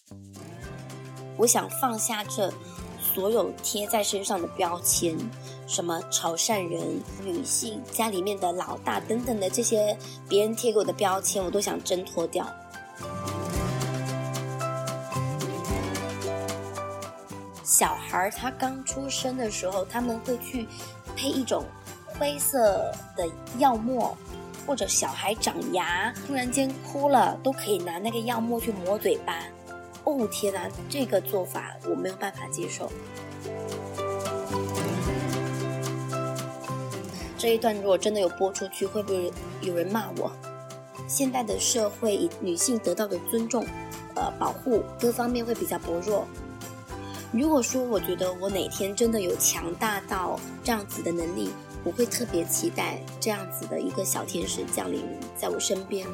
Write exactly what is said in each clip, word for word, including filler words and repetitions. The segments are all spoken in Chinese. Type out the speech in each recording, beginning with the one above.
我想放下这所有贴在身上的标签，什么潮汕人、女性、家里面的老大等等的这些别人贴给我的标签，我都想挣脱掉。小孩他刚出生的时候，他们会去配一种灰色的药沫，或者小孩长牙突然间哭了，都可以拿那个药沫去抹嘴巴。哦天哪，这个做法我没有办法接受。这一段如果真的有播出去，会不会有人骂我？现代的社会以女性得到的尊重、呃保护各方面会比较薄弱。如果说我觉得我哪天真的有强大到这样子的能力，我会特别期待这样子的一个小天使降临在我身边。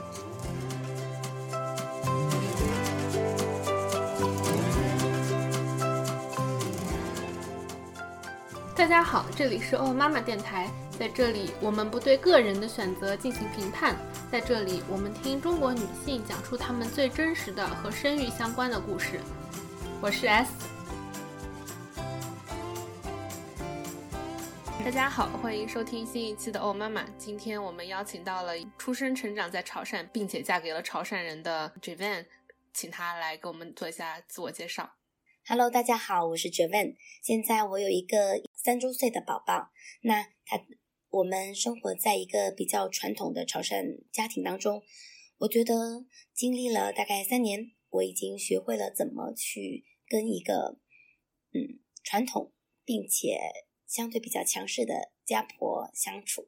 大家好，这里是欧妈妈电台，在这里我们不对个人的选择进行评判，在这里我们听中国女性讲述她们最真实的和生育相关的故事。我是 S。大家好，欢迎收听新一期的欧妈妈。今天我们邀请到了出生成长在潮汕并且嫁给了潮汕人的 Javan， 请她来给我们做一下自我介绍。 Hello， 大家好，我是 Javan。现在我有一个三周岁的宝宝，那他我们生活在一个比较传统的潮汕家庭当中。我觉得经历了大概三年，我已经学会了怎么去跟一个嗯传统并且相对比较强势的家婆相处。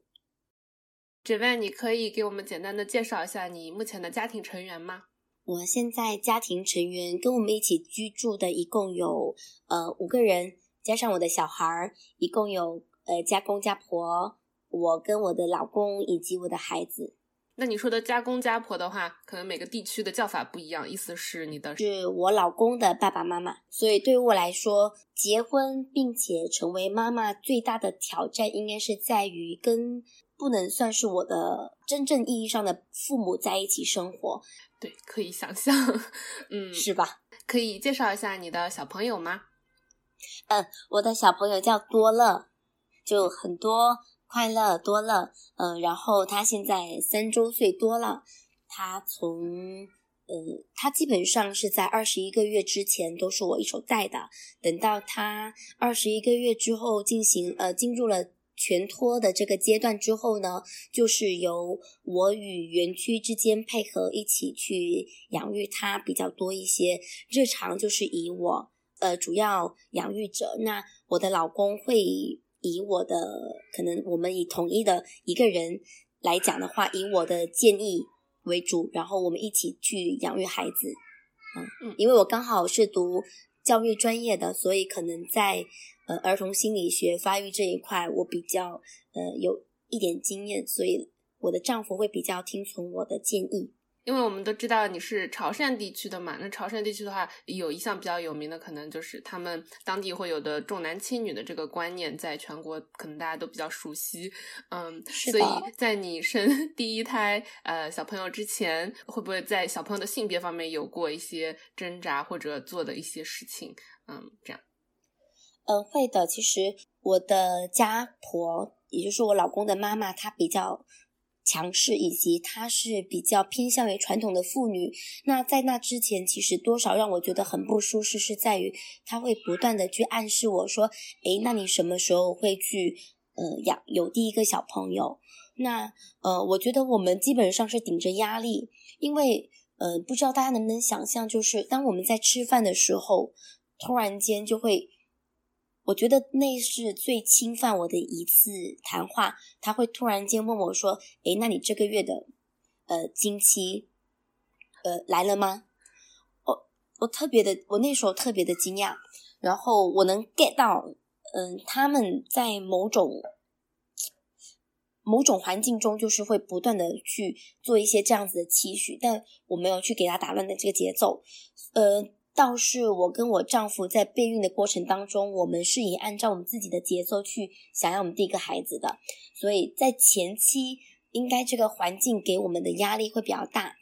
Javan， 你可以给我们简单的介绍一下你目前的家庭成员吗？ 我现在家庭成员跟我们一起居住的一共有呃五个人，加上我的小孩，一共有呃家公家婆，我跟我的老公以及我的孩子。 那你说的家公家婆的话，可能每个地区的叫法不一样，意思是你的是我老公的爸爸妈妈。所以对于我来说，结婚并且成为妈妈最大的挑战应该是在于跟不能算是我的真正意义上的父母在一起生活。 对，可以想象。嗯， 是吧？ 可以介绍一下你的小朋友吗？ 嗯，我的小朋友叫多乐，就很多快乐多乐。嗯，然后他现在三周岁多了，他从呃，他基本上是在二十一个月之前都是我一手带的，等到他二十一个月之后进行呃进入了全托的这个阶段之后呢，就是由我与园区之间配合一起去养育它比较多一些。日常就是以我呃主要养育者，那我的老公会以我的可能我们以统一的一个人来讲的话，以我的建议为主，然后我们一起去养育孩子。嗯，因为我刚好是读教育专业的，所以可能在呃儿童心理学发育这一块我比较呃有一点经验，所以我的丈夫会比较听从我的建议。 因为我们都知道你是潮汕地区的嘛，那潮汕地区的话有一项比较有名的，可能就是他们当地会有的重男轻女的这个观念，在全国可能大家都比较熟悉。嗯，所以在你生第一胎呃小朋友之前，会不会在小朋友的性别方面有过一些挣扎或者做的一些事情？嗯，这样。 嗯，会的。其实我的家婆，也就是我老公的妈妈，她比较强势，以及她是比较偏向于传统的妇女。那在那之前，其实多少让我觉得很不舒适，是在于她会不断的去暗示我说，诶，那你什么时候会去呃养有第一个小朋友？那呃，我觉得我们基本上是顶着压力，因为呃，不知道大家能不能想象，就是当我们在吃饭的时候，突然间就会。我觉得那是最侵犯我的一次谈话，他会突然间问我说，诶，那你这个月的呃经期呃来了吗？我我特别的，我那时候特别的惊讶，然后我能 get 到嗯、呃、他们在某种某种环境中就是会不断的去做一些这样子的期许，但我没有去给他打乱的这个节奏。呃倒是我跟我丈夫在备孕的过程当中，我们是以按照我们自己的节奏去想要我们第一个孩子的，所以在前期应该这个环境给我们的压力会比较大。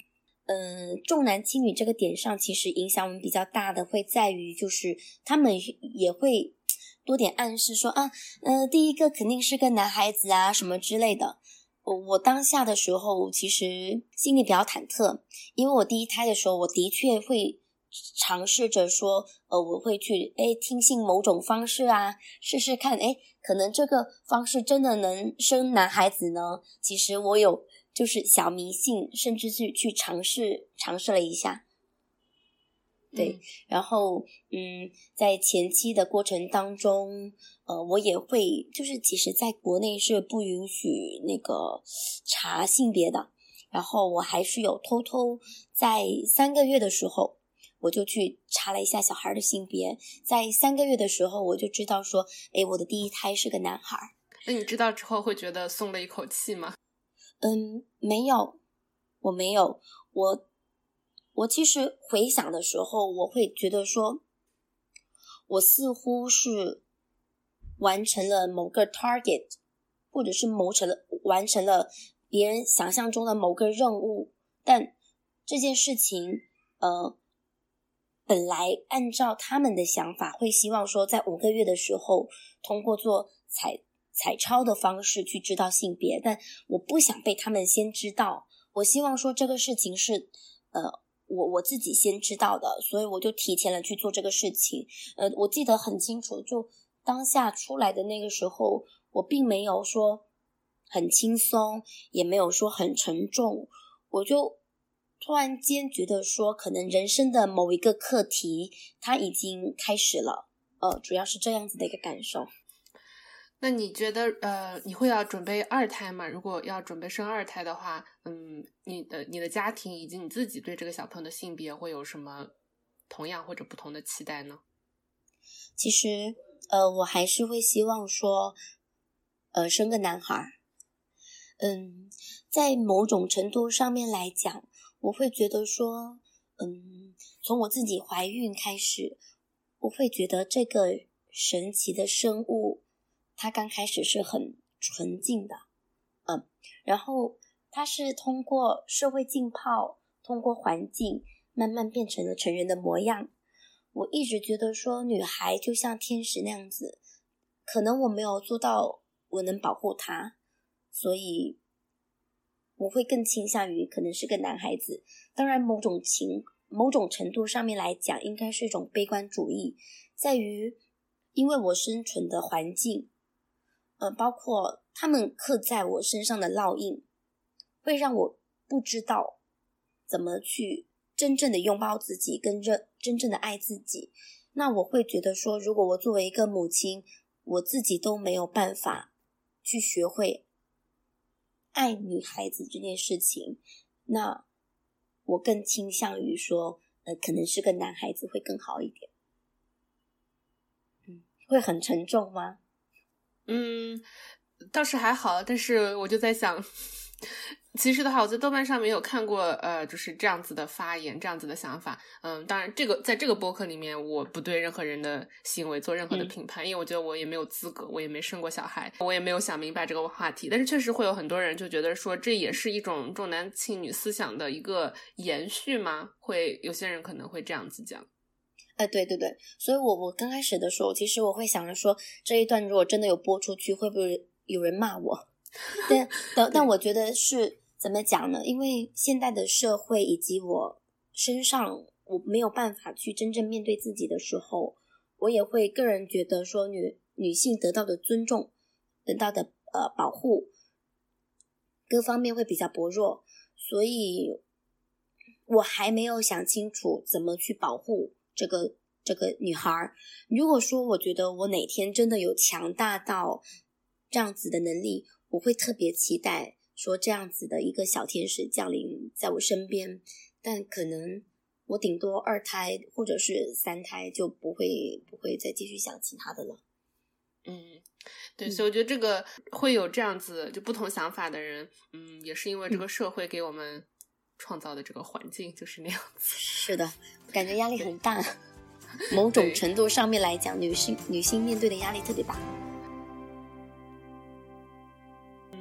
嗯、呃，重男轻女这个点上，其实影响我们比较大的会在于，就是他们也会多点暗示说啊，呃，第一个肯定是个男孩子啊，什么之类的。我当下的时候，其实心里比较忐忑，因为我第一胎的时候，我的确会尝试着说，呃，我会去诶听信某种方式啊，试试看，诶，可能这个方式真的能生男孩子呢？其实我有就是小迷信，甚至是去尝试尝试了一下。对， 嗯、 然后嗯，在前期的过程当中，呃，我也会就是其实在国内是不允许那个查性别的，然后我还是有偷偷在三个月的时候，我就去查了一下小孩的性别，在三个月的时候我就知道说，诶，我的第一胎是个男孩。 那你知道之后会觉得松了一口气吗？ 嗯，没有，我没有，我我其实回想的时候，我会觉得说，我似乎是完成了某个 target， 或者是谋成了完成了别人想象中的某个任务，但这件事情呃，本来按照他们的想法会希望说在五个月的时候通过做彩彩超的方式去知道性别，但我不想被他们先知道，我希望说这个事情是呃我我自己先知道的，所以我就提前了去做这个事情。呃，我记得很清楚，就当下出来的那个时候，我并没有说很轻松，也没有说很沉重，我就突然间觉得说，可能人生的某一个课题，它已经开始了。呃，主要是这样子的一个感受。 那你觉得呃，你会要准备二胎吗？如果要准备生二胎的话，嗯，你的你的家庭以及你自己对这个小朋友的性别会有什么同样或者不同的期待呢？ 其实呃，我还是会希望说呃，生个男孩。嗯，在某种程度上面来讲，我会觉得说嗯，从我自己怀孕开始，我会觉得这个神奇的生物它刚开始是很纯净的，嗯，然后它是通过社会浸泡，通过环境慢慢变成了成人的模样。我一直觉得说女孩就像天使那样子，可能我没有做到我能保护她，所以我会更倾向于可能是个男孩子。当然某种情某种程度上面来讲，应该是一种悲观主义，在于因为我生存的环境呃，包括他们刻在我身上的烙印，会让我不知道怎么去真正的拥抱自己，跟真真正的爱自己。那我会觉得说，如果我作为一个母亲，我自己都没有办法去学会爱女孩子这件事情，那我更倾向于说，呃，可能是个男孩子会更好一点。嗯，会很沉重吗？ 嗯，倒是还好，但是我就在想，其实的话，我在豆瓣上面有看过，呃，就是这样子的发言，这样子的想法。嗯，当然，这个在这个播客里面，我不对任何人的行为做任何的评判，嗯、因为我觉得我也没有资格，我也没生过小孩，我也没有想明白这个话题。但是确实会有很多人就觉得说，这也是一种重男轻女思想的一个延续吗？会有些人可能会这样子讲。 哎，对对对，所以我我刚开始的时候，其实我会想着说，这一段如果真的有播出去，会不会有人骂我？但但但我觉得是怎么讲呢？因为现代的社会以及我身上，我没有办法去真正面对自己的时候，我也会个人觉得说女女性得到的尊重，得到的呃保护，各方面会比较薄弱，所以我还没有想清楚怎么去保护这个这个女孩。如果说我觉得我哪天真的有强大到这样子的能力，我会特别期待说这样子的一个小天使降临在我身边，但可能我顶多二胎或者是三胎就不会不会再继续想其他的了。 嗯，对，所以我觉得这个会有这样子就不同想法的人，嗯，也是因为这个社会给我们创造的这个环境就是那样子。 是的，感觉压力很大，某种程度上面来讲，女性女性面对的压力特别大。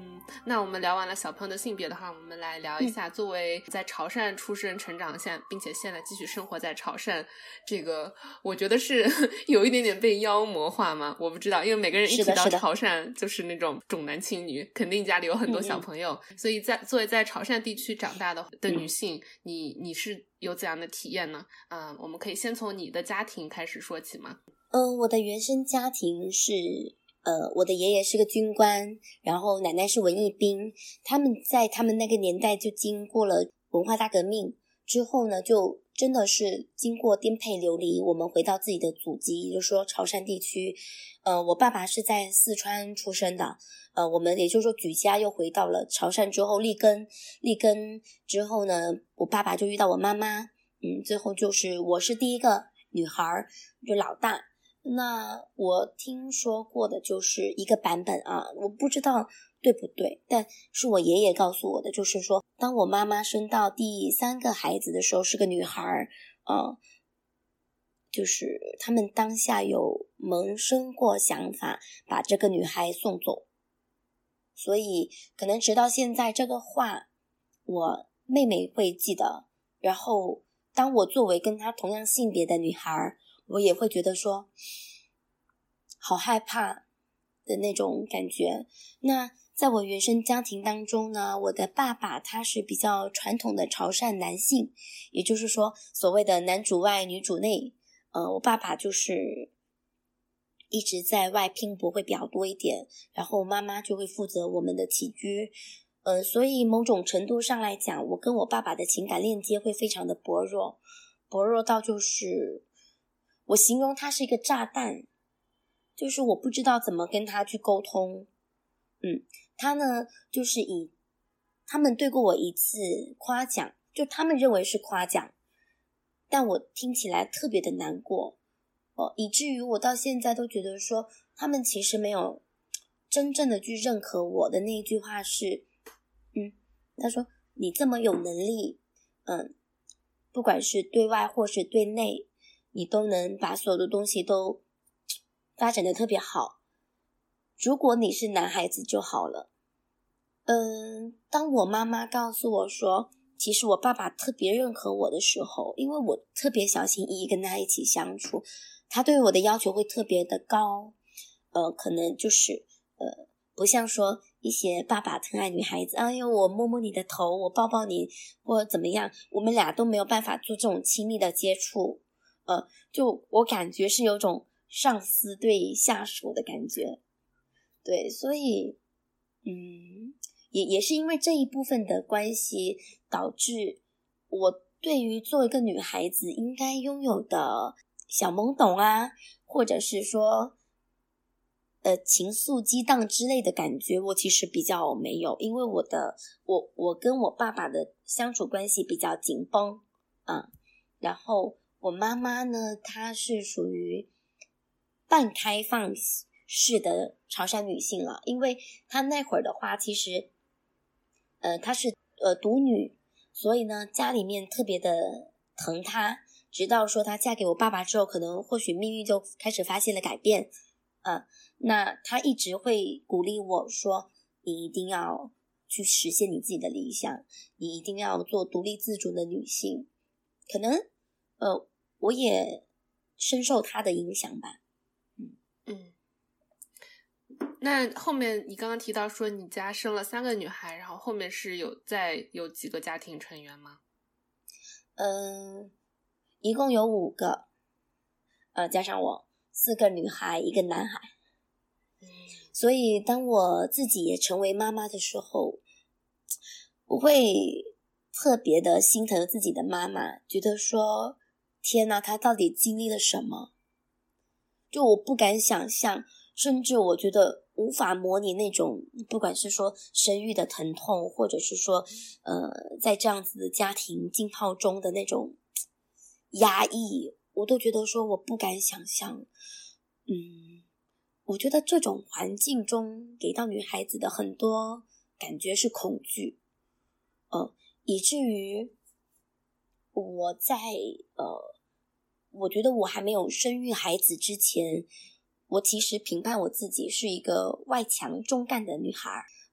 那我们聊完了小朋友的性别的话，我们来聊一下作为在潮汕出生成长现并且现在继续生活在潮汕，这个我觉得是有一点点被妖魔化嘛，我不知道，因为每个人一提到潮汕就是那种重男轻女，肯定家里有很多小朋友，嗯嗯，所以在作为在潮汕地区长大的的女性，嗯，你你是有怎样的体验呢？嗯，我们可以先从你的家庭开始说起吗？ 嗯，我的原生家庭是呃，我的爷爷是个军官，然后奶奶是文艺兵，他们在他们那个年代就经过了文化大革命之后呢，就真的是经过颠沛流离，我们回到自己的祖籍，也就是说潮汕地区。呃，我爸爸是在四川出生的，呃，我们也就是说举家又回到了潮汕之后立根，立根之后呢，我爸爸就遇到我妈妈，嗯，最后就是我是第一个女孩，就老大。那我听说过的就是一个版本啊，我不知道对不对，但是我爷爷告诉我的，就是说当我妈妈生到第三个孩子的时候是个女孩，呃，就是他们当下有萌生过想法把这个女孩送走，所以可能直到现在这个话我妹妹会记得，然后当我作为跟她同样性别的女孩，我也会觉得说好害怕的那种感觉。那在我原生家庭当中呢，我的爸爸他是比较传统的潮汕男性，也就是说所谓的男主外女主内，呃，我爸爸就是一直在外拼搏会比较多一点，然后妈妈就会负责我们的起居，呃，所以某种程度上来讲，我跟我爸爸的情感链接会非常的薄弱，薄弱到就是我形容他是一个炸弹，就是我不知道怎么跟他去沟通。嗯，他呢就是以他们对过我一次夸奖，就他们认为是夸奖，但我听起来特别的难过，哦，以至于我到现在都觉得说他们其实没有真正的去认可我的那一句话是，嗯，他说你这么有能力，嗯，不管是对外或是对内，你都能把所有的东西都发展的特别好，如果你是男孩子就好了。嗯，当我妈妈告诉我说其实我爸爸特别认可我的时候，因为我特别小心翼翼跟他一起相处，他对我的要求会特别的高，呃，可能就是呃，不像说一些爸爸疼爱女孩子，哎呦我摸摸你的头，我抱抱你，或怎么样，我们俩都没有办法做这种亲密的接触，呃，就我感觉是有种上司对下属的感觉，对，所以嗯，也也是因为这一部分的关系，导致我对于作为一个女孩子应该拥有的小懵懂啊，或者是说呃情愫激荡之类的感觉，我其实比较没有，因为我的我我跟我爸爸的相处关系比较紧绷啊，然后我妈妈呢，她是属于半开放式的潮汕女性了，因为她那会儿的话，其实呃她是呃独女，所以呢家里面特别的疼她，直到说她嫁给我爸爸之后，可能或许命运就开始发现了改变啊。那她一直会鼓励我说，你一定要去实现你自己的理想，你一定要做独立自主的女性。可能呃我也深受她的影响吧。嗯嗯，那后面你刚刚提到说你家生了三个女孩，然后后面是有再有几个家庭成员吗？ 嗯，一共有五个，呃，加上我四个女孩一个男孩。 嗯， 所以当我自己也成为妈妈的时候，我会特别的心疼自己的妈妈，觉得说天哪，她到底经历了什么，就我不敢想象，甚至我觉得无法模拟那种不管是说生育的疼痛，或者是说呃在这样子的家庭浸泡中的那种压抑，我都觉得说我不敢想象。嗯，我觉得这种环境中给到女孩子的很多感觉是恐惧，呃，以至于我在呃我觉得我还没有生育孩子之前，我其实评判我自己是一个外强中干的女孩，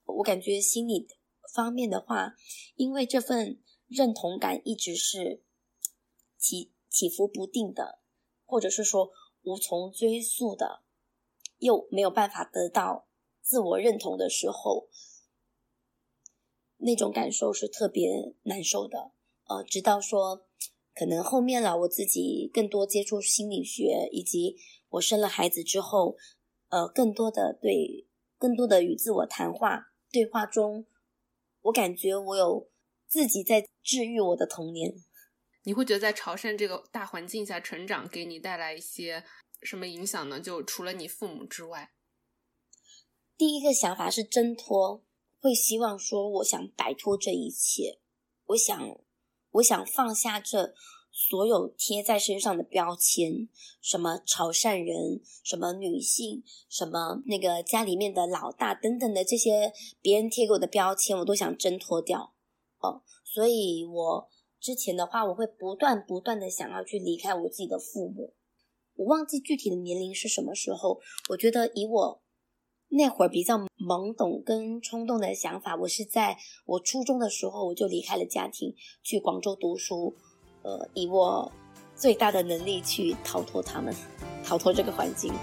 我感觉心理方面的话，因为这份认同感一直是起起伏不定的，或者是说无从追溯的，又没有办法得到自我认同的时候，那种感受是特别难受的。呃，直到说可能后面了，我自己更多接触心理学，以及我生了孩子之后，呃，更多的对更多的与自我谈话对话中，我感觉我有自己在治愈我的童年。 你会觉得在潮汕这个大环境下成长给你带来一些什么影响呢？就除了你父母之外。 第一个想法是挣脱，会希望说我想摆脱这一切，我想我想放下这所有贴在身上的标签，什么潮汕人，什么女性，什么那个家里面的老大等等的这些别人贴给我的标签，我都想挣脱掉。哦，所以我之前的话，我会不断不断的想要去离开我自己的父母。我忘记具体的年龄是什么时候，我觉得以我那会儿比较懵懂跟冲动的想法，我是在我初中的时候我就离开了家庭，去广州读书，呃，以我最大的能力去逃脱他们，逃脱这个环境。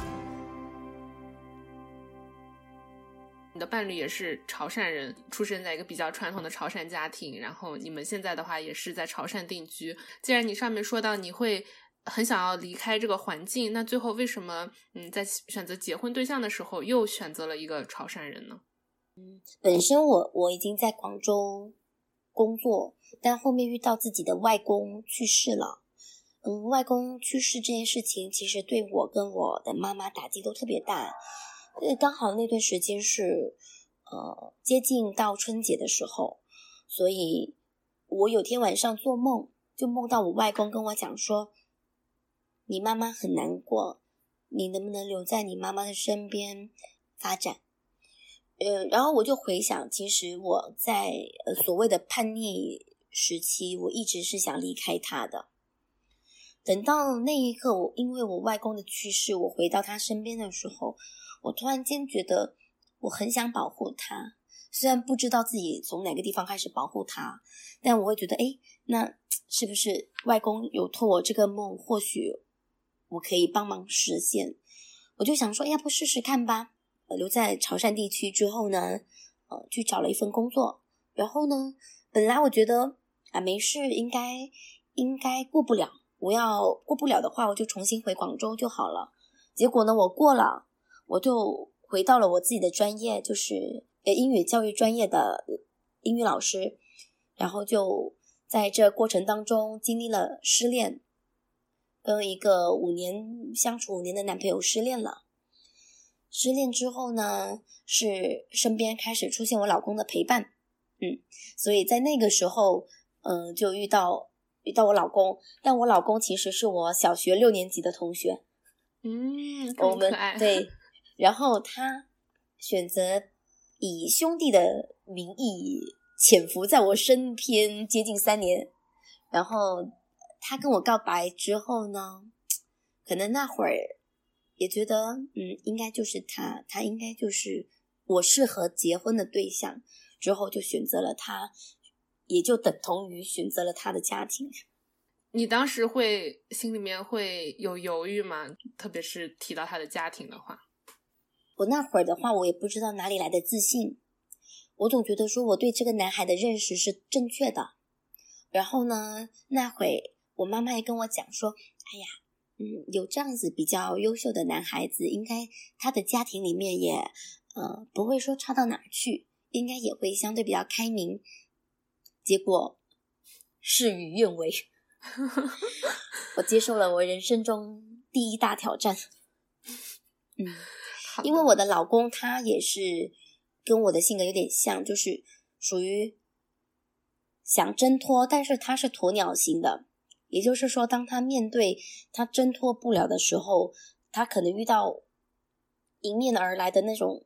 你的伴侣也是潮汕人，出生在一个比较传统的潮汕家庭，然后你们现在的话也是在潮汕定居。既然你上面说到你会很想要离开这个环境，那最后为什么嗯在选择结婚对象的时候又选择了一个潮汕人呢？ 嗯，本身我我已经在广州工作，但后面遇到自己的外公去世了。嗯，外公去世这件事情其实对我跟我的妈妈打击都特别大。呃，刚好那段时间是呃接近到春节的时候，所以我有天晚上做梦，就梦到我外公跟我讲说，你妈妈很难过，你能不能留在你妈妈的身边发展？呃，然后我就回想，其实我在呃所谓的叛逆时期，我一直是想离开他的。等到那一刻，我因为我外公的去世，我回到他身边的时候，我突然间觉得我很想保护他，虽然不知道自己从哪个地方开始保护他，但我会觉得，诶，那是不是外公有托我这个梦，或许我可以帮忙实现。我就想说，要不试试看吧。呃，留在潮汕地区之后呢，呃，去找了一份工作。然后呢，本来我觉得啊，没事，应该应该过不了。我要过不了的话，我就重新回广州就好了。结果呢，我过了，我就回到了我自己的专业，就是呃英语教育专业的英语老师。然后就在这过程当中经历了失恋，跟一个五年相处五年的男朋友失恋了。失恋之后呢，是身边开始出现我老公的陪伴，嗯，所以在那个时候，嗯、呃，就遇到遇到我老公，但我老公其实是我小学六年级的同学， 嗯，这么可爱。 我们对，然后他选择以兄弟的名义潜伏在我身边接近三年，然后他跟我告白之后呢，可能那会儿也觉得嗯，应该就是他，他应该就是我适合结婚的对象，之后就选择了他，也就等同于选择了他的家庭。 你当时会心里面会有犹豫吗？特别是提到他的家庭的话。 我那会儿的话，我也不知道哪里来的自信，我总觉得说我对这个男孩的认识是正确的。然后呢，那会我妈妈也跟我讲说，哎呀，嗯，有这样子比较优秀的男孩子，应该他的家庭里面也呃不会说差到哪儿去，应该也会相对比较开明。结果事与愿违，我接受了我人生中第一大挑战。嗯，因为我的老公他也是跟我的性格有点像，就是属于想挣脱，但是他是鸵鸟型的。也就是说，当他面对他挣脱不了的时候，他可能遇到迎面而来的那种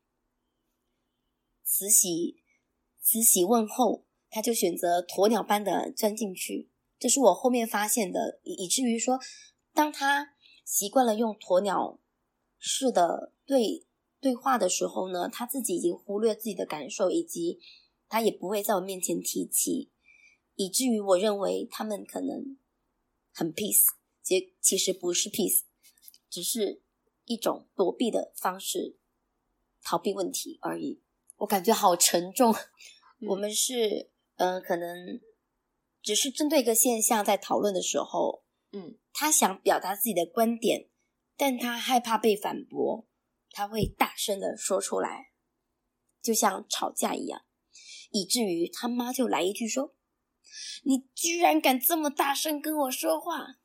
慈禧慈禧问候，他就选择鸵鸟般的钻进去。这是我后面发现的，以至于说，当他习惯了用鸵鸟式的对对话的时候呢，他自己已经忽略自己的感受，以及他也不会在我面前提起，以至于我认为他们可能很 peace， 其其实不是 peace， 只是一种躲避的方式，逃避问题而已。我感觉好沉重。 嗯、 我们是呃，可能只是针对一个现象在讨论的时候， 嗯， 他想表达自己的观点，但他害怕被反驳，他会大声的说出来，就像吵架一样，以至于他妈就来一句说，你居然敢这么大声跟我说话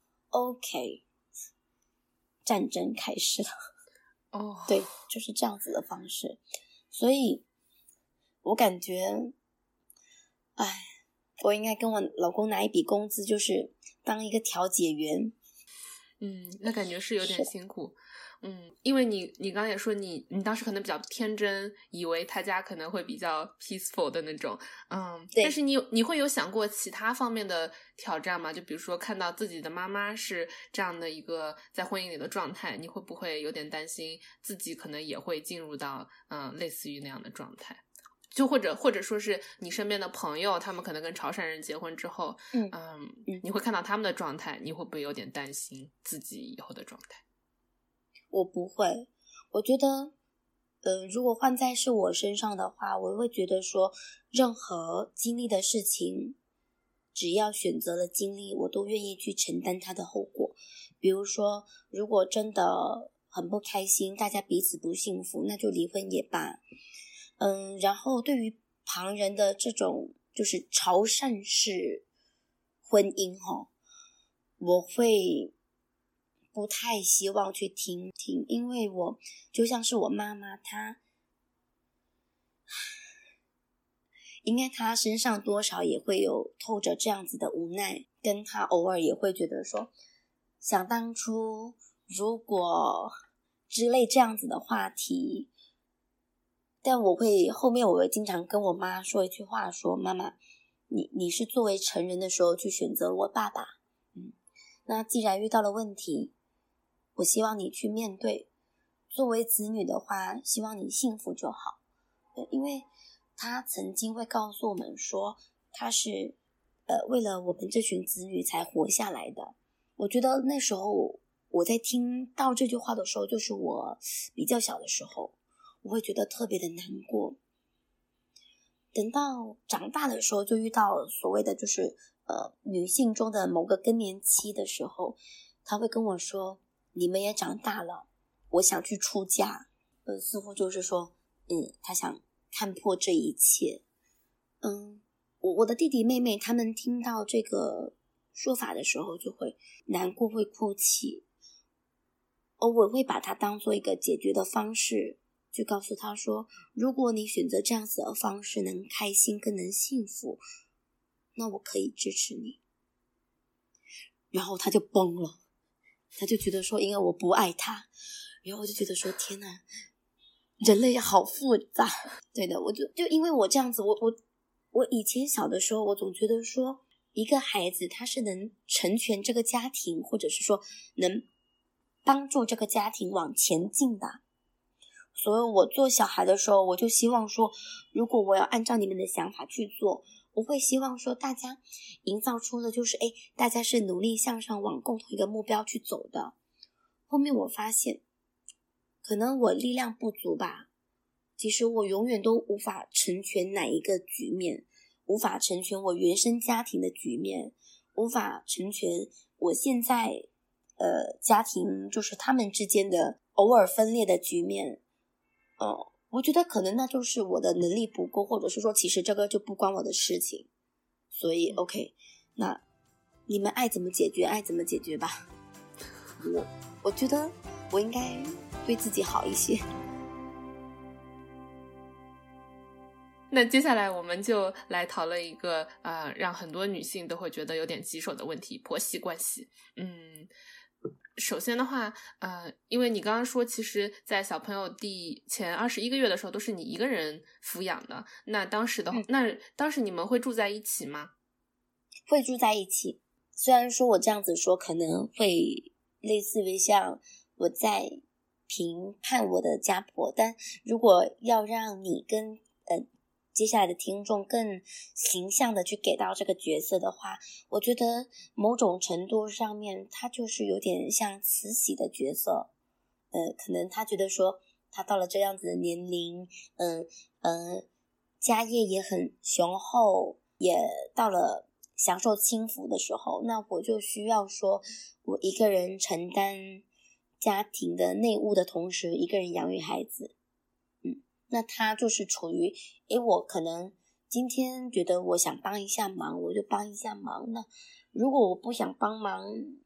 OK， 战争开始了。 哦， 对，就是这样子的方式。所以我感觉哎，我应该跟我老公拿一笔工资，就是当一个调解员。 嗯，那感觉是有点辛苦。嗯，因为你你刚刚也说你你当时可能比较天真，以为他家可能会比较 peaceful 的那种，嗯，但是你你会有想过其他方面的挑战吗？就比如说看到自己的妈妈是这样的一个在婚姻里的状态，你会不会有点担心自己可能也会进入到嗯类似于那样的状态？就或者或者说是你身边的朋友，他们可能跟潮汕人结婚之后， 嗯嗯，你会看到他们的状态，你会不会有点担心自己以后的状态？ 我不会，我觉得呃，如果换在是我身上的话，我会觉得说任何经历的事情，只要选择了经历，我都愿意去承担它的后果。比如说如果真的很不开心，大家彼此不幸福，那就离婚也罢。嗯，然后对于旁人的这种就是潮汕式婚姻齁，我会不太希望去听听，因为我就像是我妈妈，她应该她身上多少也会有透着这样子的无奈，跟她偶尔也会觉得说，想当初如果之类这样子的话题。但我会后面我会经常跟我妈说一句话，说妈妈，你你是作为成人的时候去选择我爸爸，嗯，那既然遇到了问题，我希望你去面对。作为子女的话，希望你幸福就好。因为他曾经会告诉我们说，他是呃为了我们这群子女才活下来的。我觉得那时候我在听到这句话的时候，就是我比较小的时候，我会觉得特别的难过。等到长大的时候，就遇到所谓的就是呃女性中的某个更年期的时候，她会跟我说，你们也长大了，我想去出家。呃，似乎就是说嗯，她想看破这一切。嗯，我我的弟弟妹妹他们听到这个说法的时候就会难过，会哭泣，而我会把它当做一个解决的方式，去告诉他说，如果你选择这样子的方式能开心更能幸福，那我可以支持你。然后他就崩了，他就觉得说因为我不爱他，然后我就觉得说天哪，人类好复杂。对的，我就就因为我这样子，我我我以前小的时候，我总觉得说一个孩子他是能成全这个家庭，或者是说能帮助这个家庭往前进的。所以我做小孩的时候，我就希望说，如果我要按照你们的想法去做，我会希望说大家营造出的就是诶，大家是努力向上往共同一个目标去走的。后面我发现可能我力量不足吧，其实我永远都无法成全哪一个局面，无法成全我原生家庭的局面，无法成全我现在呃家庭就是他们之间的偶尔分裂的局面。哦，我觉得可能那就是我的能力不够，或者是说其实这个就不关我的事情。所以 OK， 那你们爱怎么解决爱怎么解决吧。我我觉得我应该对自己好一些。 那接下来我们就来讨论一个呃，让很多女性都会觉得有点棘手的问题，婆媳关系。嗯，首先的话呃，因为你刚刚说其实在小朋友第前二十一个月的时候都是你一个人抚养的，那当时的话、嗯、那当时你们会住在一起吗？ 会住在一起，虽然说我这样子说可能会类似于像我在评判我的家婆，但如果要让你跟呃接下来的听众更形象的去给到这个角色的话，我觉得某种程度上面他就是有点像慈禧的角色。呃，可能他觉得说他到了这样子的年龄，嗯嗯、呃，家业也很雄厚，也到了享受清福的时候，那我就需要说我一个人承担家庭的内务的同时，一个人养育孩子。嗯，那他就是处于诶，我可能今天觉得我想帮一下忙，我就帮一下忙，那如果我不想帮忙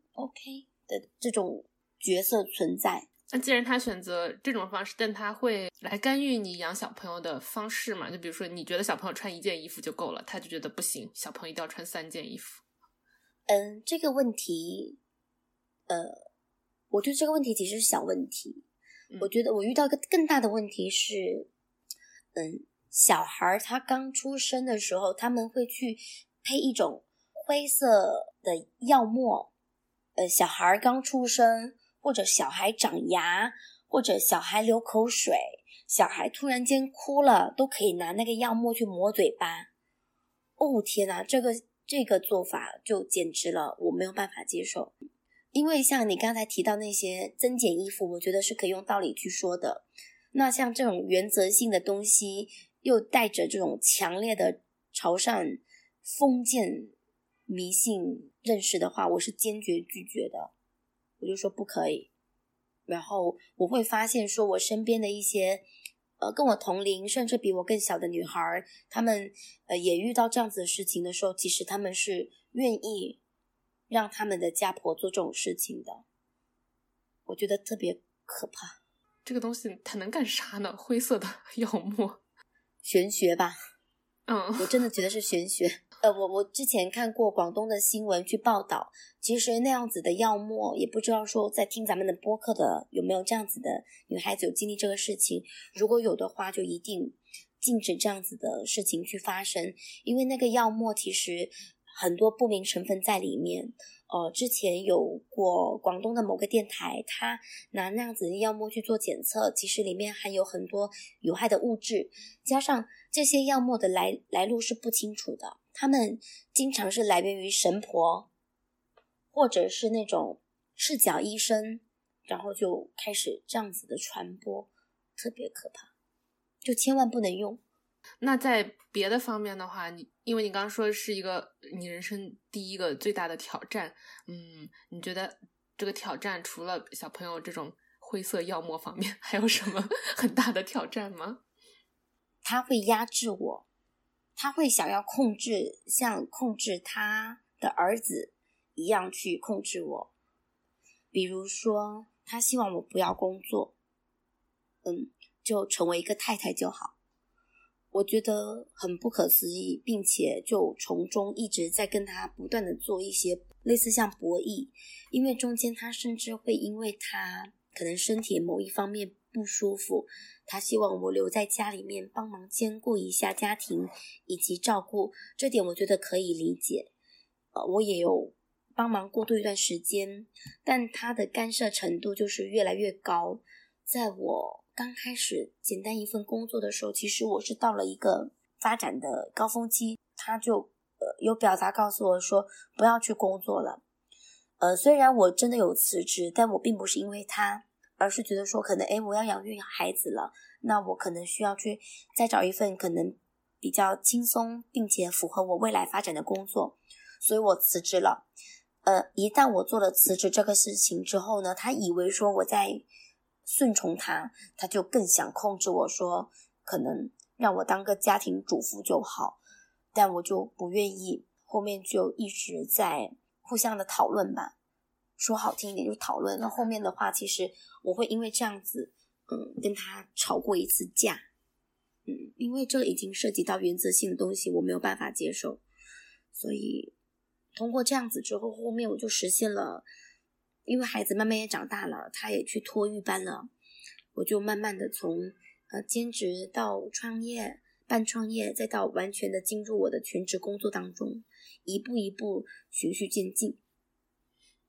OK 的这种角色存在。 那既然他选择这种方式，但他会来干预你养小朋友的方式嘛？就比如说你觉得小朋友穿一件衣服就够了，他就觉得不行，小朋友一定要穿三件衣服。 嗯，这个问题呃，我觉得这个问题其实是小问题、嗯、我觉得我遇到一个更大的问题是嗯，小孩他刚出生的时候他们会去配一种灰色的药沫，呃，小孩刚出生或者小孩长牙，或者小孩流口水，小孩突然间哭了，都可以拿那个药沫去抹嘴巴。哦天哪，这个这个做法就简直了，我没有办法接受。因为像你刚才提到那些增减衣服，我觉得是可以用道理去说的。那像这种原则性的东西，又带着这种强烈的潮汕封建迷信认识的话，我是坚决拒绝的。我就说不可以，然后我会发现说我身边的一些呃跟我同龄甚至比我更小的女孩，她们呃也遇到这样子的事情的时候，其实她们是愿意让他们的家婆做这种事情的。我觉得特别可怕。 这个东西它能干啥呢？灰色的药沫， 玄学吧。 嗯， 我真的觉得是玄学。呃，我我之前看过广东的新闻去报道，其实那样子的药沫，也不知道说在听咱们的播客的有没有这样子的女孩子有经历这个事情，如果有的话就一定禁止这样子的事情去发生，因为那个药沫其实很多不明成分在里面。呃，之前有过广东的某个电台，他拿那样子的药沫去做检测，其实里面含有很多有害的物质，加上这些药沫的来来路是不清楚的，他们经常是来源于神婆或者是那种赤脚医生，然后就开始这样子的传播，特别可怕，就千万不能用。 那在别的方面的话，你因为你刚刚说是一个你人生第一个最大的挑战，嗯，你觉得这个挑战除了小朋友这种灰色药沫方面，还有什么很大的挑战吗？ 他会压制我，他会想要控制，像控制他的儿子一样去控制我。比如说，他希望我不要工作，嗯，就成为一个太太就好。我觉得很不可思议，并且就从中一直在跟他不断的做一些类似像博弈，因为中间他甚至会因为他可能身体某一方面不舒服，他希望我留在家里面帮忙兼顾一下家庭以及照顾，这点我觉得可以理解。呃，我也有帮忙过渡一段时间，但他的干涉程度就是越来越高。在我刚开始简单一份工作的时候，其实我是到了一个发展的高峰期，他就呃有表达告诉我说不要去工作了。呃，虽然我真的有辞职，但我并不是因为他，而是觉得说可能诶我要养育孩子了，那我可能需要去再找一份可能比较轻松并且符合我未来发展的工作，所以我辞职了。呃，一旦我做了辞职这个事情之后呢，他以为说我在顺从他，他就更想控制我，说可能让我当个家庭主妇就好，但我就不愿意，后面就一直在互相的讨论吧，说好听一点就讨论，那后面的话其实我会因为这样子嗯，跟他吵过一次架，嗯，因为这已经涉及到原则性的东西，我没有办法接受，所以通过这样子之后，后面我就实现了，因为孩子慢慢也长大了，他也去托育班了，我就慢慢的从呃兼职到创业，半创业，再到完全的进入我的全职工作当中，一步一步循序渐进。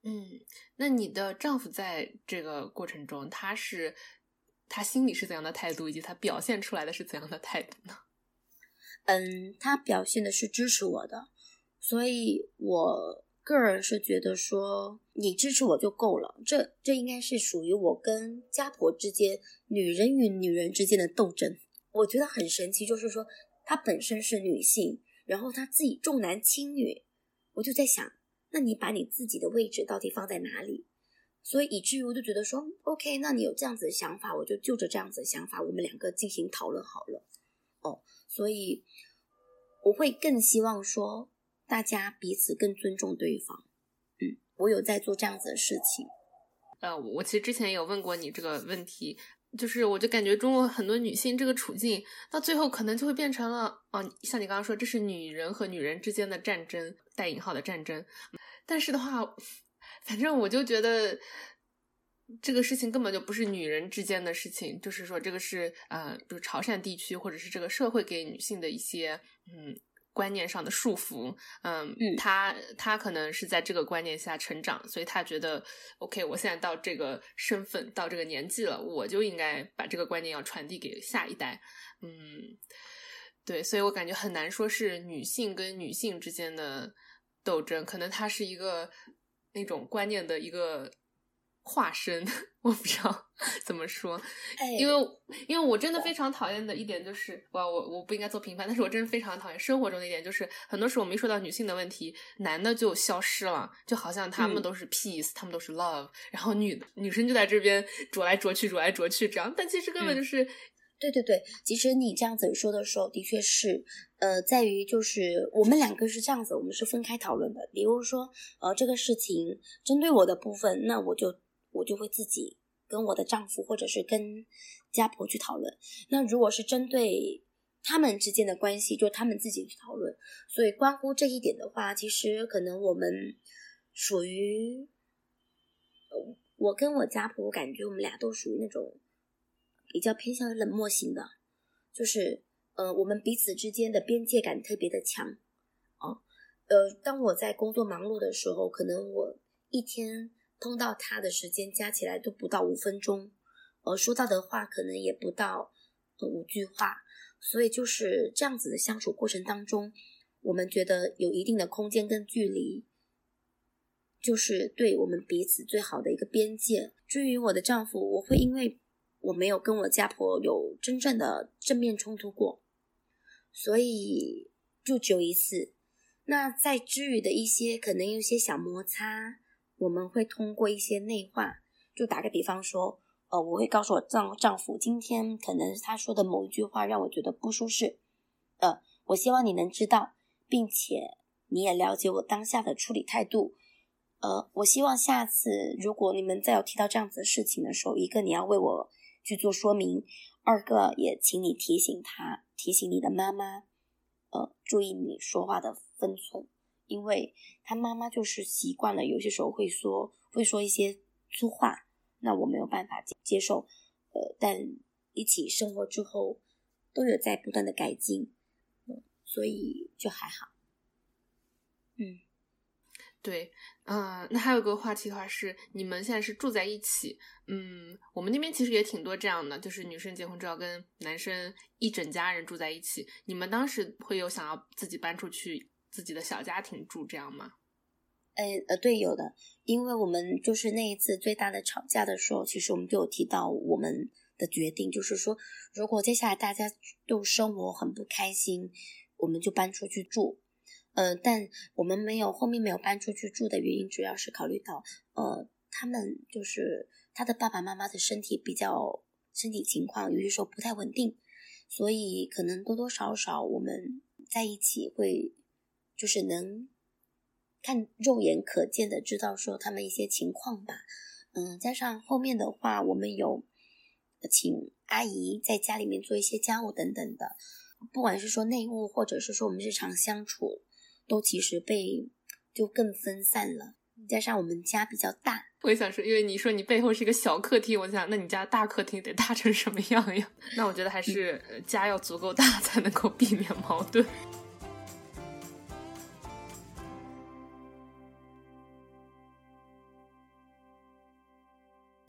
嗯，那你的丈夫在这个过程中，他是他心里是怎样的态度，以及他表现出来的是怎样的态度呢？ 嗯，他表现的是支持我的，所以我个人是觉得说你支持我就够了，这这应该是属于我跟家婆之间，女人与女人之间的斗争。我觉得很神奇，就是说她本身是女性，然后她自己重男轻女，我就在想，那你把你自己的位置到底放在哪里？所以以至于我就觉得说 OK， 那你有这样子的想法，我就就着这样子的想法我们两个进行讨论好了。哦，所以我会更希望说大家彼此更尊重对方。嗯，我有在做这样子的事情。 呃，我其实之前有问过你这个问题，就是我就感觉中国很多女性这个处境到最后可能就会变成了哦，像你刚刚说这是女人和女人之间的战争，带引号的战争。但是的话，反正我就觉得这个事情根本就不是女人之间的事情，就是说这个是呃，比如潮汕地区或者是这个社会给女性的一些嗯观念上的束缚。嗯， 嗯她她可能是在这个观念下成长，所以她觉得 OK， 我现在到这个身份到这个年纪了，我就应该把这个观念要传递给下一代。嗯，对，所以我感觉很难说是女性跟女性之间的斗争，可能它是一个那种观念的一个化身，我不知道怎么说。 哎， 因为因为我真的非常讨厌的一点就是，哇，我我不应该做评判，但是我真的非常讨厌生活中的一点就是，很多时候我们一说到女性的问题，男的就消失了，就好像他们都是 peace，、嗯、他们都是 love， 然后女女生就在这边啄来啄去啄来啄去这样，但其实根本就是、嗯、 对对对，其实你这样子说的时候的确是呃，在于就是我们两个是这样子，我们是分开讨论的。比如说呃，这个事情针对我的部分，那我就我就会自己跟我的丈夫或者是跟家婆去讨论。那如果是针对他们之间的关系，就他们自己去讨论。所以关乎这一点的话，其实可能我们属于呃，我跟我家婆，我感觉我们俩都属于那种比较偏向于冷漠型的，就是呃，我们彼此之间的边界感特别的强啊。呃，当我在工作忙碌的时候，可能我一天通到他的时间加起来都不到五分钟，呃，说到的话可能也不到、呃、五句话，所以就是这样子的相处过程当中，我们觉得有一定的空间跟距离，就是对我们彼此最好的一个边界。至于我的丈夫，我会因为我没有跟我家婆有真正的正面冲突过，所以就只有一次。那在之余的一些可能有一些小摩擦，我们会通过一些内化，就打个比方说呃，我会告诉我丈丈夫，今天可能他说的某一句话让我觉得不舒适，呃，我希望你能知道，并且你也了解我当下的处理态度。呃，我希望下次如果你们再有提到这样子的事情的时候，一个你要为我去做说明，二个也请你提醒他，提醒你的妈妈呃，注意你说话的分寸，因为他妈妈就是习惯了有些时候会说会说一些粗话，那我没有办法接受，呃，但一起生活之后都有在不断的改进，嗯，所以就还好。嗯， 对，嗯、呃，那还有个话题的话是，你们现在是住在一起，嗯，我们那边其实也挺多这样的，就是女生结婚之后跟男生一整家人住在一起。你们当时会有想要自己搬出去自己的小家庭住这样吗？ 呃呃，对，有的，因为我们就是那一次最大的吵架的时候，其实我们就有提到我们的决定，就是说，如果接下来大家都生活很不开心，我们就搬出去住。呃，但我们没有后面没有搬出去住的原因，主要是考虑到呃，他们就是他的爸爸妈妈的身体比较身体情况有些时候不太稳定，所以可能多多少少我们在一起会就是能看肉眼可见的知道说他们一些情况吧。嗯，加上后面的话我们有请阿姨在家里面做一些家务等等的，不管是说内务或者是说我们日常相处都其实被就更分散了，加上我们家比较大。 我也想说，因为你说你背后是一个小客厅，我想那你家大客厅得大成什么样呀？那我觉得还是家要足够大才能够避免矛盾。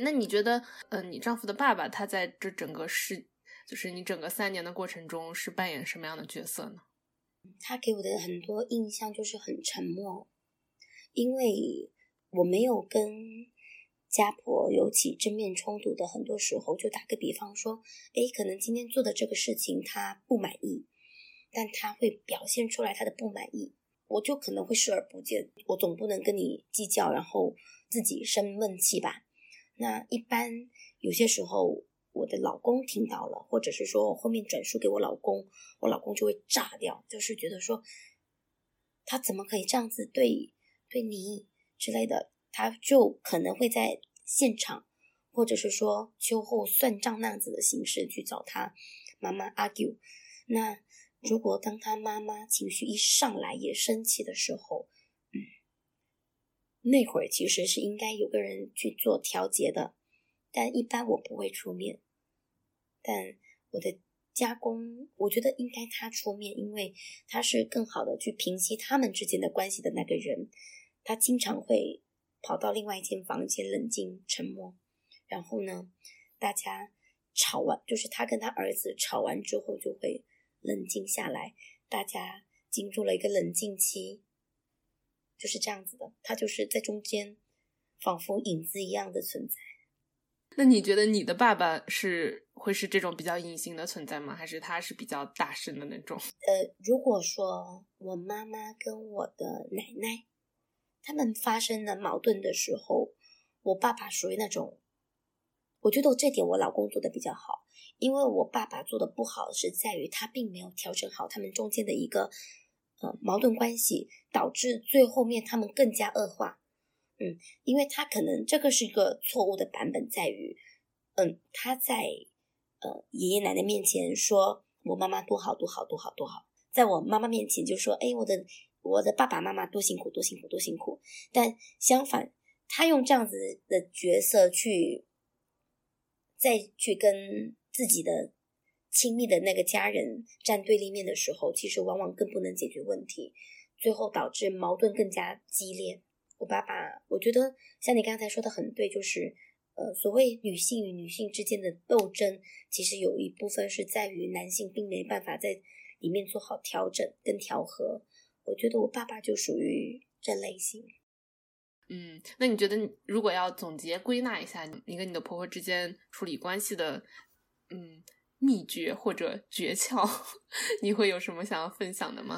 那你觉得，嗯、呃，你丈夫的爸爸他在这整个事，就是你整个三年的过程中是扮演什么样的角色呢？ 他给我的很多印象就是很沉默，因为我没有跟家婆有起正面冲突的，很多时候就打个比方说，诶，可能今天做的这个事情他不满意，但他会表现出来他的不满意，我就可能会视而不见，我总不能跟你计较，然后自己生闷气吧。那一般有些时候我的老公听到了，或者是说我后面转述给我老公，我老公就会炸掉，就是觉得说他怎么可以这样子对对你之类的，他就可能会在现场或者是说秋后算账那样子的形式去找他妈妈 argue。 那如果当他妈妈情绪一上来也生气的时候，嗯，那会儿其实是应该有个人去做调节的，但一般我不会出面，但我的家公我觉得应该他出面，因为他是更好的去平息他们之间的关系的那个人。他经常会跑到另外一间房间冷静沉默，然后呢大家吵完，就是他跟他儿子吵完之后就会冷静下来，大家进入了一个冷静期，就是这样子的，他就是在中间仿佛影子一样的存在。 那你觉得你的爸爸是会是这种比较隐形的存在吗？还是他是比较大声的那种？ 呃，如果说我妈妈跟我的奶奶他们发生了矛盾的时候，我爸爸属于那种，我觉得这点我老公做的比较好，因为我爸爸做的不好是在于他并没有调整好他们中间的一个呃矛盾关系，导致最后面他们更加恶化。嗯，因为他可能这个是一个错误的版本，在于嗯他在呃爷爷奶奶面前说我妈妈多好多好多好多好，在我妈妈面前就说诶我的我的爸爸妈妈多辛苦多辛苦多辛苦，但相反他用这样子的角色去再去跟自己的亲密的那个家人站对立面的时候，其实往往更不能解决问题，最后导致矛盾更加激烈。我爸爸我觉得像你刚才说的很对，就是呃，所谓女性与女性之间的斗争，其实有一部分是在于男性并没办法在里面做好调整跟调和，我觉得我爸爸就属于这类型。 嗯，那你觉得如果要总结归纳一下你跟你的婆婆之间处理关系的嗯秘诀或者诀窍，你会有什么想要分享的吗？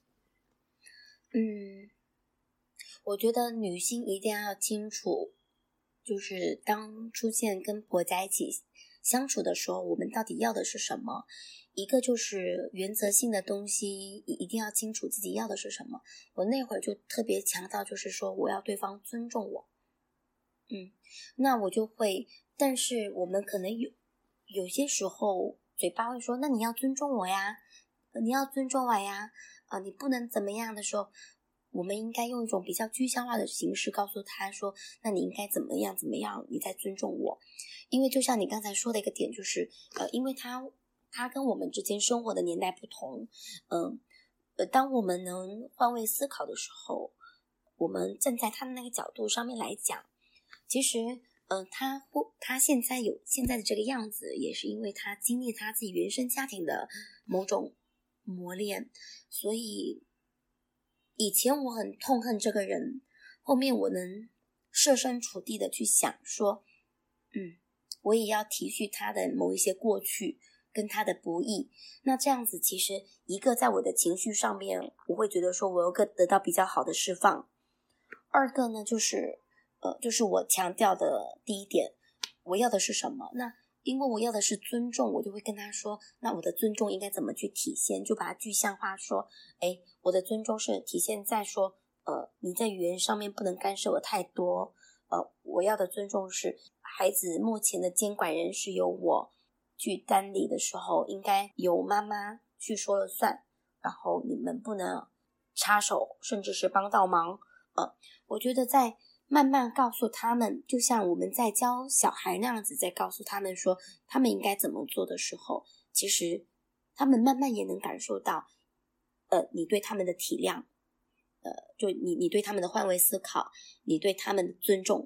嗯，我觉得女性一定要清楚，就是当出现跟婆家一起相处的时候，我们到底要的是什么。一个就是原则性的东西一定要清楚自己要的是什么，我那会儿就特别强调，就是说我要对方尊重我。嗯，那我就会，但是我们可能有有些时候嘴巴会说那你要尊重我呀，你要尊重我呀，啊、呃，你不能怎么样的时候，我们应该用一种比较具象化的形式告诉他说，那你应该怎么样怎么样，你再尊重我。因为就像你刚才说的一个点，就是呃，因为他他跟我们之间生活的年代不同，嗯、呃，呃，当我们能换位思考的时候，我们站在他的那个角度上面来讲，其实嗯、呃，他或他现在有现在的这个样子，也是因为他经历他自己原生家庭的某种磨练，所以以前我很痛恨这个人，后面我能设身处地的去想说，嗯，我也要体恤他的某一些过去跟他的不易，那这样子其实一个在我的情绪上面，我会觉得说我有个得到比较好的释放。二个呢就是呃，就是我强调的第一点，我要的是什么？那因为我要的是尊重，我就会跟他说，那我的尊重应该怎么去体现，就把它具象化说，诶，我的尊重是体现在说呃，你在语言上面不能干涉我太多，呃，我要的尊重是孩子目前的监管人是由我去担理的时候，应该由妈妈去说了算，然后你们不能插手甚至是帮到忙。呃，我觉得在慢慢告诉他们，就像我们在教小孩那样子，在告诉他们说他们应该怎么做的时候，其实他们慢慢也能感受到呃，你对他们的体谅，呃，就你你对他们的换位思考，你对他们的尊重。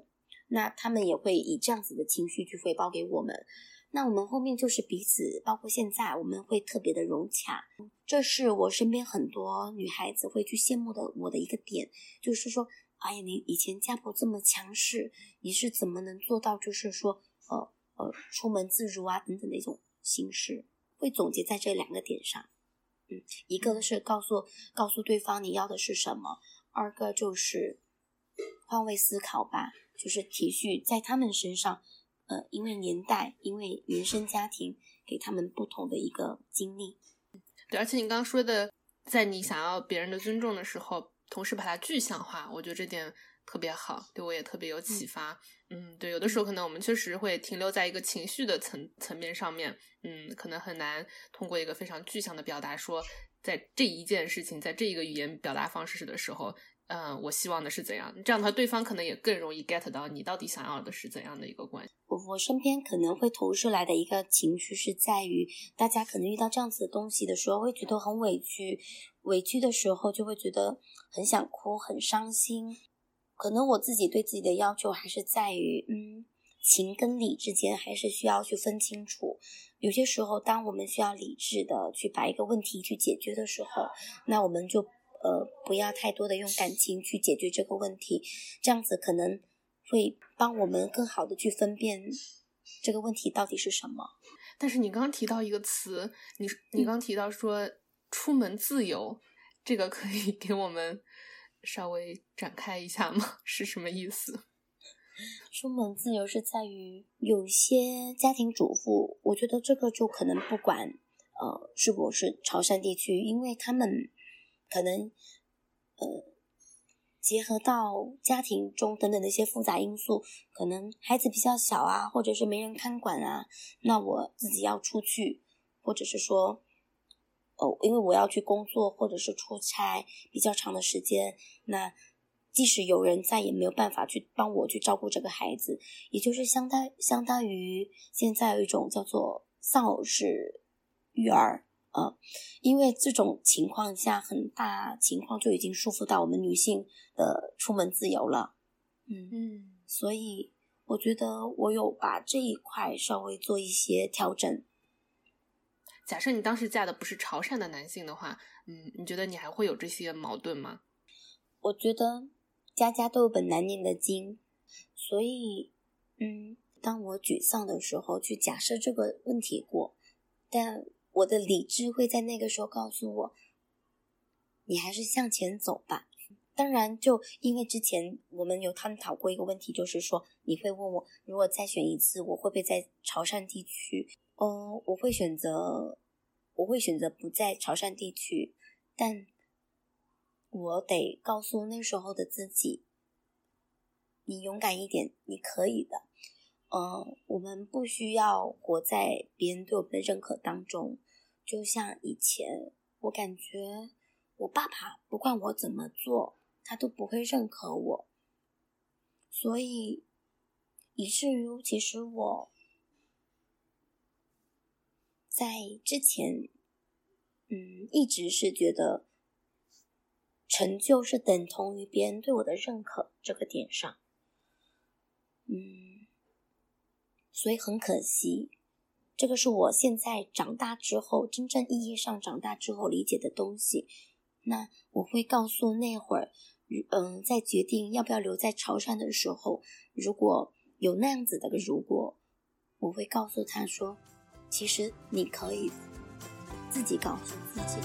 那他们也会以这样子的情绪去回报给我们。那我们后面就是彼此，包括现在我们会特别的融洽，这是我身边很多女孩子会去羡慕的我的一个点，就是说哎呀，你以前家婆这么强势，你是怎么能做到就是说呃呃出门自如啊等等的一种形式，会总结在这两个点上。嗯，一个是告诉告诉对方你要的是什么，二个就是换位思考吧，就是体恤在他们身上呃，因为年代，因为原生家庭给他们不同的一个经历。 对，而且你刚刚说的，在你想要别人的尊重的时候，同时把它具象化，我觉得这点特别好，对我也特别有启发。嗯, 嗯对，有的时候可能我们确实会停留在一个情绪的层层面上面，嗯，可能很难通过一个非常具象的表达说，在这一件事情，在这一个语言表达方式的时候，嗯，我希望的是怎样，这样的话对方可能也更容易 get 到你到底想要的是怎样的一个关系。 我我身边可能会投射来的一个情绪是在于，大家可能遇到这样子的东西的时候会觉得很委屈，委屈的时候就会觉得很想哭，很伤心。可能我自己对自己的要求还是在于嗯，情跟理之间还是需要去分清楚。有些时候当我们需要理智的去把一个问题去解决的时候，那我们就呃不要太多的用感情去解决这个问题，这样子可能会帮我们更好的去分辨这个问题到底是什么。 但是你刚刚提到一个词，你你刚提到说、嗯、出门自由，这个可以给我们稍微展开一下吗？是什么意思？ 出门自由是在于有些家庭主妇，我觉得这个就可能不管呃是否是潮汕地区，因为他们可能呃结合到家庭中等等的一些复杂因素，可能孩子比较小啊，或者是没人看管啊，那我自己要出去，或者是说哦，因为我要去工作或者是出差比较长的时间，那即使有人在也没有办法去帮我去照顾这个孩子，也就是相当相当于现在有一种叫做丧偶式育儿呃，因为这种情况下很大情况就已经束缚到我们女性的出门自由了。嗯嗯， 所以我觉得我有把这一块稍微做一些调整。 假设你当时嫁的不是潮汕的男性的话，嗯，你觉得你还会有这些矛盾吗？ 我觉得家家都有本难念的经，所以嗯，当我沮丧的时候去假设这个问题过，但我的理智会在那个时候告诉我，你还是向前走吧。当然就因为之前我们有探讨过一个问题，就是说你会问我如果再选一次我会不会在潮汕地区，哦，我会选择我会选择不在潮汕地区，但我得告诉那时候的自己，你勇敢一点，你可以的。呃，我们不需要活在别人对我们的认可当中。就像以前我感觉我爸爸不管我怎么做他都不会认可我，所以以至于其实我在之前嗯，一直是觉得成就是等同于别人对我的认可这个点上，嗯，所以很可惜，这个是我现在长大之后真正意义上长大之后理解的东西。那我会告诉那会儿嗯，在决定要不要留在潮汕的时候，如果有那样子的个如果，我会告诉他说，其实你可以自己告诉自己。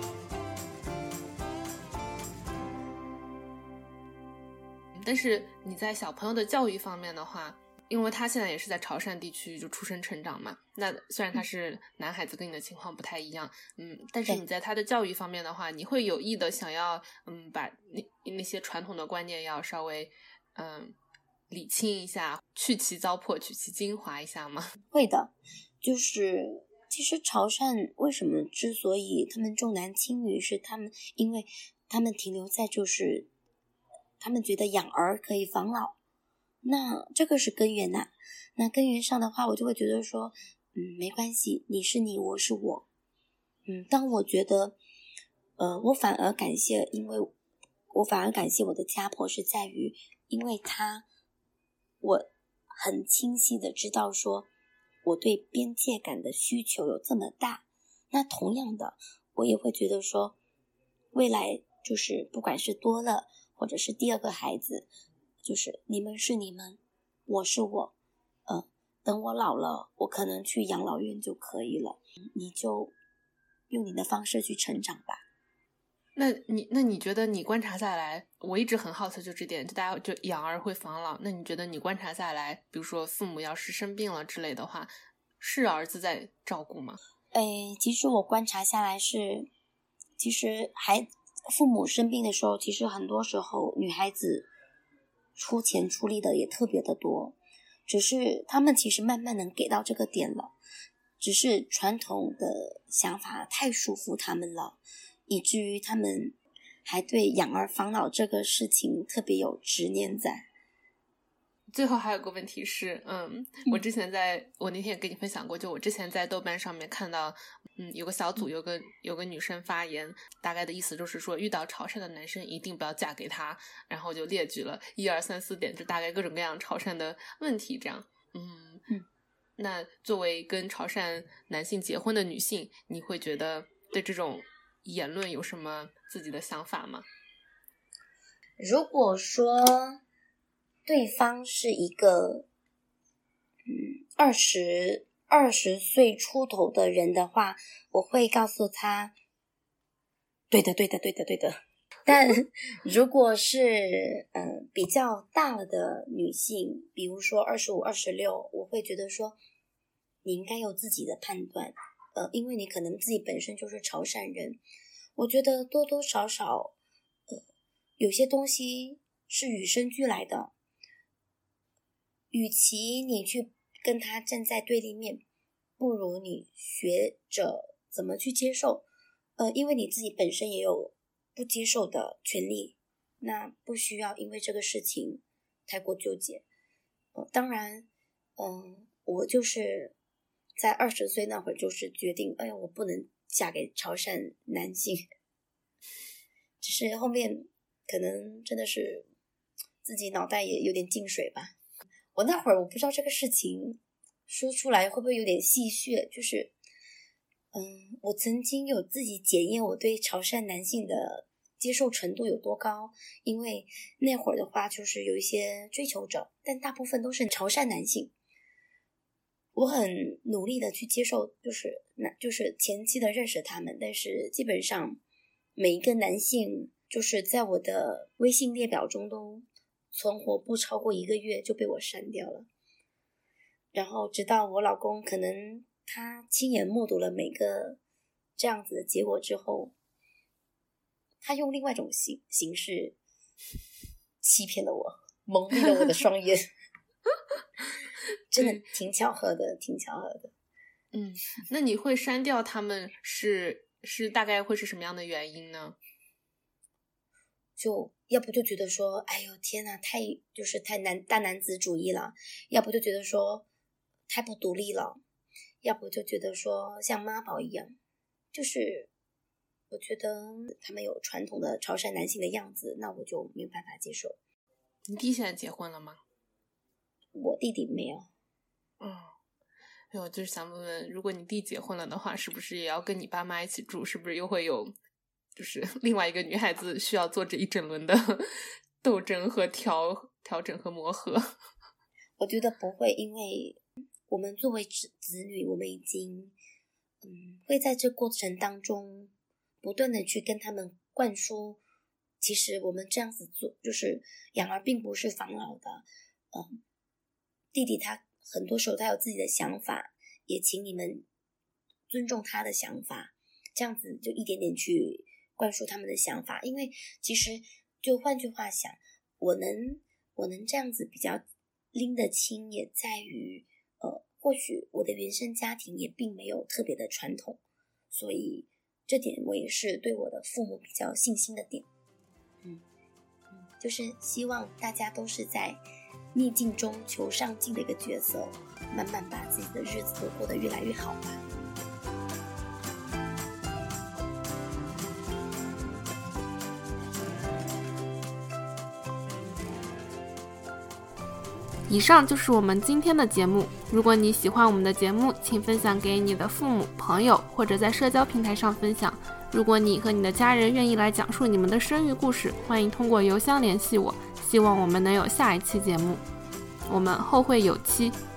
但是你在小朋友的教育方面的话，因为他现在也是在潮汕地区就出生成长嘛，那虽然他是男孩子跟你的情况不太一样，嗯，但是你在他的教育方面的话，你会有意的想要嗯把那那些传统的观念要稍微嗯理清一下，去其糟粕取其精华一下吗？ 会的，就是其实潮汕为什么之所以他们重男轻女，是他们因为他们停留在就是他们觉得养儿可以防老，那这个是根源呐、啊。那根源上的话，我就会觉得说，嗯，没关系，你是你，我是我。嗯，当我觉得，呃，我反而感谢，因为我反而感谢我的家婆是在于，因为她我很清晰的知道说我对边界感的需求有这么大，那同样的我也会觉得说未来就是不管是多了或者是第二个孩子，就是你们是你们，我是我，呃，等我老了我可能去养老院就可以了，你就用你的方式去成长吧。 那你那你觉得你观察下来，我一直很好奇就这点，就大家就养儿会防老，那你觉得你观察下来，比如说父母要是生病了之类的话，是儿子在照顾吗？ 诶，其实我观察下来是，其实还父母生病的时候，其实很多时候女孩子出钱出力的也特别的多，只是他们其实慢慢能给到这个点了，只是传统的想法太束缚他们了，以至于他们还对养儿防老这个事情特别有执念在。 最后还有个问题是，嗯，我之前在我那天也跟你分享过，就我之前在豆瓣上面看到，嗯，有个小组有个有个女生发言，大概的意思就是说，遇到潮汕的男生一定不要嫁给他，然后就列举了一二三四点，就大概各种各样潮汕的问题，这样，嗯嗯， 那作为跟潮汕男性结婚的女性，你会觉得对这种言论有什么自己的想法吗？ 如果说对方是一个嗯二十二十岁出头的人的话，我会告诉他对的对的对的对的。但如果是嗯、呃、比较大了的女性，比如说二十五、二十六，我会觉得说你应该有自己的判断，呃因为你可能自己本身就是潮汕人，我觉得多多少少呃有些东西是与生俱来的。与其你去跟他站在对立面，不如你学着怎么去接受，呃，因为你自己本身也有不接受的权利，那不需要因为这个事情太过纠结。呃、当然，嗯、呃，我就是在二十岁那会儿就是决定，哎呀，我不能嫁给潮汕男性，只是后面可能真的是自己脑袋也有点进水吧。我那会儿我不知道这个事情说出来会不会有点戏谑，就是嗯，我曾经有自己检验我对潮汕男性的接受程度有多高，因为那会儿的话就是有一些追求者，但大部分都是潮汕男性，我很努力的去接受，就是那就是前期的认识他们，但是基本上每一个男性就是在我的微信列表中都存活不超过一个月就被我删掉了，然后直到我老公可能他亲眼目睹了每个这样子的结果之后，他用另外一种形形式欺骗了我，蒙蔽了我的双眼真的挺巧合的，挺巧合的。 嗯，那你会删掉他们是是大概会是什么样的原因呢？ 就要不就觉得说哎呦天哪，太就是太男大男子主义了，要不就觉得说太不独立了，要不就觉得说像妈宝一样，就是我觉得他们有传统的潮汕男性的样子，那我就没有办法接受。 你弟现在结婚了吗？ 我弟弟没有。 嗯，我就是想问问，如果你弟结婚了的话，是不是也要跟你爸妈一起住？是不是又会有就是另外一个女孩子需要做这一整轮的斗争和调调整和磨合？ 我觉得不会，因为我们作为子子女，我们已经嗯会在这过程当中不断的去跟他们灌输，其实我们这样子做就是养儿并不是防老的。嗯，弟弟他很多时候他有自己的想法，也请你们尊重他的想法，这样子就一点点去灌输他们的想法。因为其实就换句话想，我能我能这样子比较拎得清，也在于呃，或许我的原生家庭也并没有特别的传统，所以这点我也是对我的父母比较信心的点。嗯嗯，就是希望大家都是在逆境中求上进的一个角色，慢慢把自己的日子都过得越来越好吧。 以上就是我们今天的节目。如果你喜欢我们的节目，请分享给你的父母、朋友，或者在社交平台上分享。如果你和你的家人愿意来讲述你们的生育故事，欢迎通过邮箱联系我。希望我们能有下一期节目，我们后会有期。